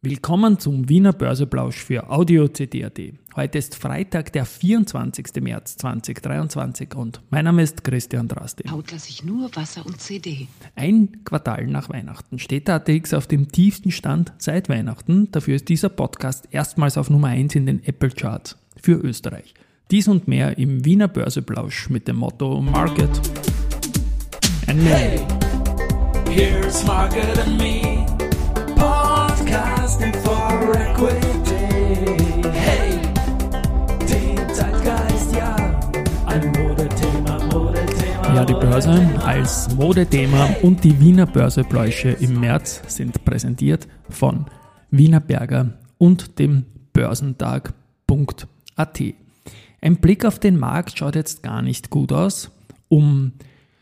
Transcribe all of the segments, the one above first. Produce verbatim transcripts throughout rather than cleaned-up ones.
Willkommen zum Wiener Börseplausch für Audio C D Punkt A T. Heute ist Freitag, der vierundzwanzigster März zweitausenddreiundzwanzig und mein Name ist Christian Drastil. Haut lasse ich nur Wasser und C D. Ein Quartal nach Weihnachten steht der A T X auf dem tiefsten Stand seit Weihnachten. Dafür ist dieser Podcast erstmals auf Nummer eins in den Apple Charts für Österreich. Dies und mehr im Wiener Börseplausch mit dem Motto Market and Me. Hey, here's Market and Me. Podcasting for Equity. Hey, den Zeitgeist, ja, ein Modethema, Modethema. Ja, die Börse als Modethema und die Wiener Börsepläusche im März sind präsentiert von Wiener Berger und dem Börsentag Punkt A T. Ein Blick auf den Markt schaut jetzt gar nicht gut aus. Um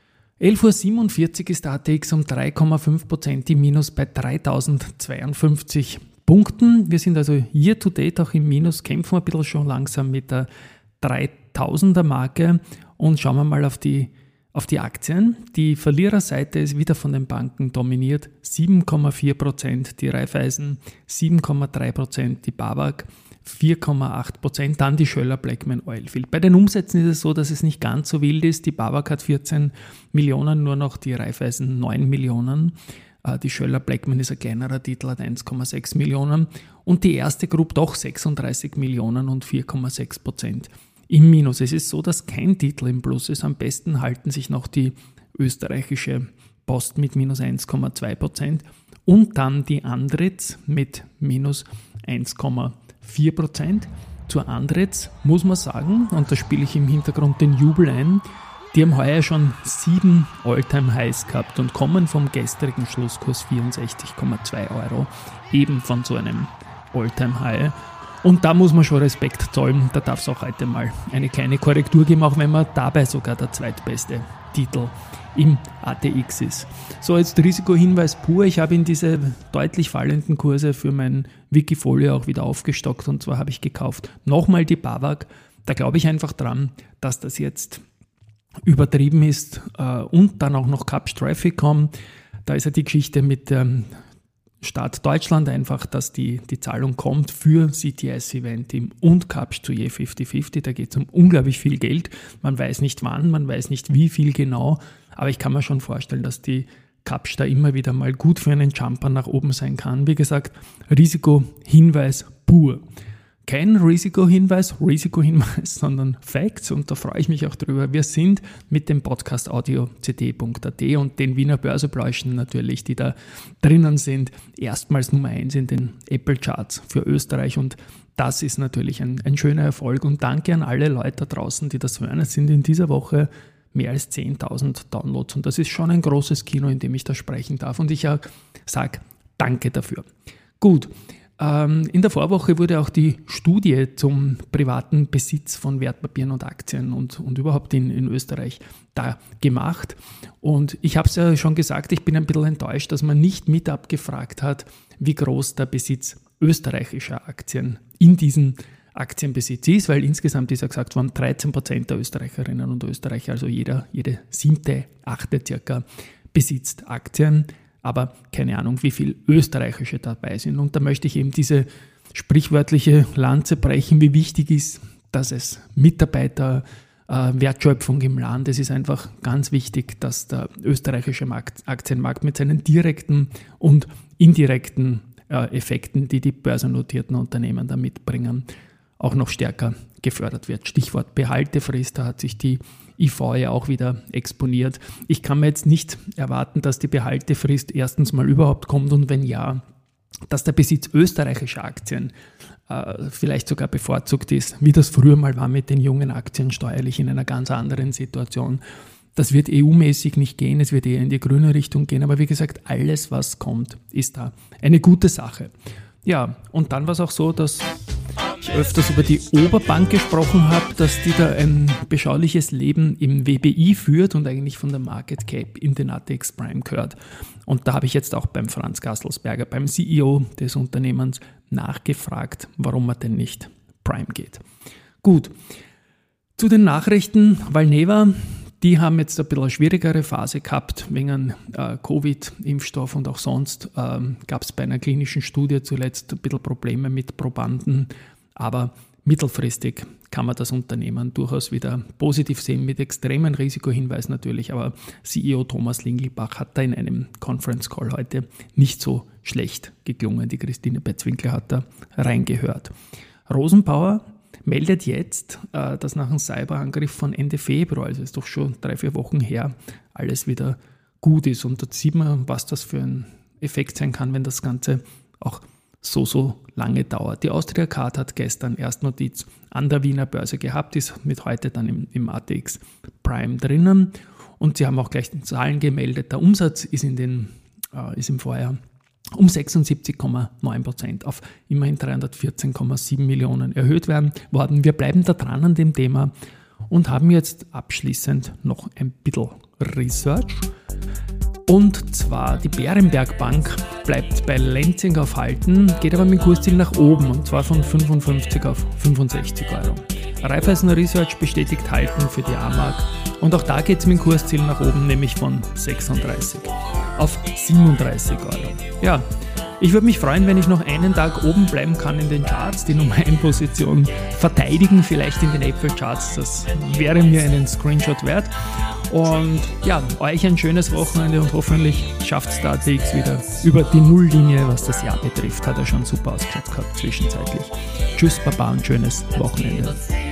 elf Uhr siebenundvierzig ist der A T X um drei Komma fünf Prozent im Minus bei dreitausendzweiundfünfzig Punkten. Wir sind also year to date auch im Minus, kämpfen ein bisschen schon langsam mit der dreitausender Marke und schauen wir mal auf die, auf die Aktien. Die Verliererseite ist wieder von den Banken dominiert, sieben Komma vier Prozent die Raiffeisen, sieben Komma drei Prozent die BAWAG, vier Komma acht Prozent, dann die Schoeller Bleckmann Oilfield. Bei den Umsätzen ist es so, dass es nicht ganz so wild ist. Die BAWAG hat vierzehn Millionen, nur noch die Raiffeisen neun Millionen. Die Schoeller Bleckmann ist ein kleinerer Titel, hat eins Komma sechs Millionen. Und die erste Group doch sechsunddreißig Millionen und vier Komma sechs Prozent im Minus. Es ist so, dass kein Titel im Plus ist. Am besten halten sich noch die österreichische Post mit minus eins Komma zwei Prozent und dann die Andritz mit minus eins Komma vier Prozent. Zur Andritz muss man sagen, und da spiele ich im Hintergrund den Jubel ein, die haben heuer schon sieben All-Time-Highs gehabt und kommen vom gestrigen Schlusskurs vierundsechzig Komma zwei Euro, eben von so einem All-Time-High. Und da muss man schon Respekt zollen, da darf es auch heute mal eine kleine Korrektur geben, auch wenn man dabei sogar der zweitbeste Titel im A T X ist. So, jetzt Risikohinweis pur. Ich habe in diese deutlich fallenden Kurse für mein Wikifolio auch wieder aufgestockt und zwar habe ich gekauft nochmal die BAWAG. Da glaube ich einfach dran, dass das jetzt übertrieben ist äh, und dann auch noch Kapsch Traffic kommt. Da ist ja die Geschichte mit dem Staat Deutschland einfach, dass die, die Zahlung kommt für C T S-Event und Kapsch zu je fünfzig fünfzig. Da geht es um unglaublich viel Geld. Man weiß nicht wann, man weiß nicht wie viel genau, aber ich kann mir schon vorstellen, dass die Kapsch da immer wieder mal gut für einen Jumper nach oben sein kann. Wie gesagt, Risikohinweis pur. Kein Risikohinweis, Risikohinweis, sondern Facts und da freue ich mich auch drüber. Wir sind mit dem Podcast Audio C D Punkt A T und den Wiener Börsepläuschen natürlich, die da drinnen sind, erstmals Nummer eins in den Apple Charts für Österreich und das ist natürlich ein, ein schöner Erfolg und danke an alle Leute da draußen, die das hören. Es sind in dieser Woche mehr als zehntausend Downloads und das ist schon ein großes Kino, in dem ich da sprechen darf und ich sage danke dafür. Gut. In der Vorwoche wurde auch die Studie zum privaten Besitz von Wertpapieren und Aktien und, und überhaupt in, in Österreich da gemacht. Und ich habe es ja schon gesagt, ich bin ein bisschen enttäuscht, dass man nicht mit abgefragt hat, wie groß der Besitz österreichischer Aktien in diesem Aktienbesitz ist, weil insgesamt ist ja gesagt worden, dreizehn Prozent der Österreicherinnen und Österreicher, also jeder, jede siebte, achte circa, besitzt Aktien. Aber keine Ahnung, wie viel österreichische dabei sind. Und da möchte ich eben diese sprichwörtliche Lanze brechen, wie wichtig ist, dass es Mitarbeiter, äh, Wertschöpfung im Land, es ist einfach ganz wichtig, dass der österreichische Markt, Aktienmarkt mit seinen direkten und indirekten äh, Effekten, die die börsennotierten Unternehmen da mitbringen, auch noch stärker gefördert wird. Stichwort Behaltefrist, da hat sich die I V ja auch wieder exponiert. Ich kann mir jetzt nicht erwarten, dass die Behaltefrist erstens mal überhaupt kommt und wenn ja, dass der Besitz österreichischer Aktien äh, vielleicht sogar bevorzugt ist, wie das früher mal war mit den jungen Aktien steuerlich in einer ganz anderen Situation. Das wird E U-mäßig nicht gehen, es wird eher in die grüne Richtung gehen, aber wie gesagt, alles, was kommt, ist da eine gute Sache. Ja, und dann war es auch so, dass ich öfters über die Oberbank gesprochen habe, dass die da ein beschauliches Leben im W B I führt und eigentlich von der Market Cap in den A T X Prime gehört. Und da habe ich jetzt auch beim Franz Gasselsberger, beim C E O des Unternehmens, nachgefragt, warum er denn nicht Prime geht. Gut, zu den Nachrichten. Valneva, Die haben jetzt ein bisschen eine schwierigere Phase gehabt, wegen äh, Covid-Impfstoff und auch sonst ähm, gab es bei einer klinischen Studie zuletzt ein bisschen Probleme mit Probanden, aber mittelfristig kann man das Unternehmen durchaus wieder positiv sehen, mit extremen Risikohinweisen natürlich, aber C E O Thomas Lingelbach hat da in einem Conference Call heute nicht so schlecht geklungen. Die Christine Betzwinkler hat da reingehört. Rosenbauer meldet jetzt, dass nach einem Cyberangriff von Ende Februar, also ist doch schon drei, vier Wochen her, alles wieder gut ist. Und da sieht man, was das für ein Effekt sein kann, wenn das Ganze auch so, so lange dauert. Die Austria Card hat gestern Erstnotiz an der Wiener Börse gehabt, ist mit heute dann im, im A T X Prime drinnen. Und sie haben auch gleich die Zahlen gemeldet. Der Umsatz ist, in den, äh, ist im Vorjahr um sechsundsiebzig Komma neun Prozent auf immerhin dreihundertvierzehn Komma sieben Millionen erhöht werden worden. Wir bleiben da dran an dem Thema und haben jetzt abschließend noch ein bisschen Research. Und zwar die Bärenberg Bank bleibt bei Lenzing auf Halten, geht aber mit dem Kursziel nach oben und zwar von fünfundfünfzig auf fünfundsechzig Euro. Raiffeisen Research bestätigt Halten für die A-Mark und auch da geht es mit dem Kursziel nach oben, nämlich von sechsunddreißig auf siebenunddreißig Euro. Ja, ich würde mich freuen, wenn ich noch einen Tag oben bleiben kann in den Charts, die Nummer eins Position verteidigen, vielleicht in den April-Charts. Das wäre mir einen Screenshot wert. Und ja, euch ein schönes Wochenende und hoffentlich schafft es der A T X wieder über die Nulllinie, was das Jahr betrifft. Hat er schon super ausgeschaut gehabt zwischenzeitlich. Tschüss, Baba und schönes Wochenende.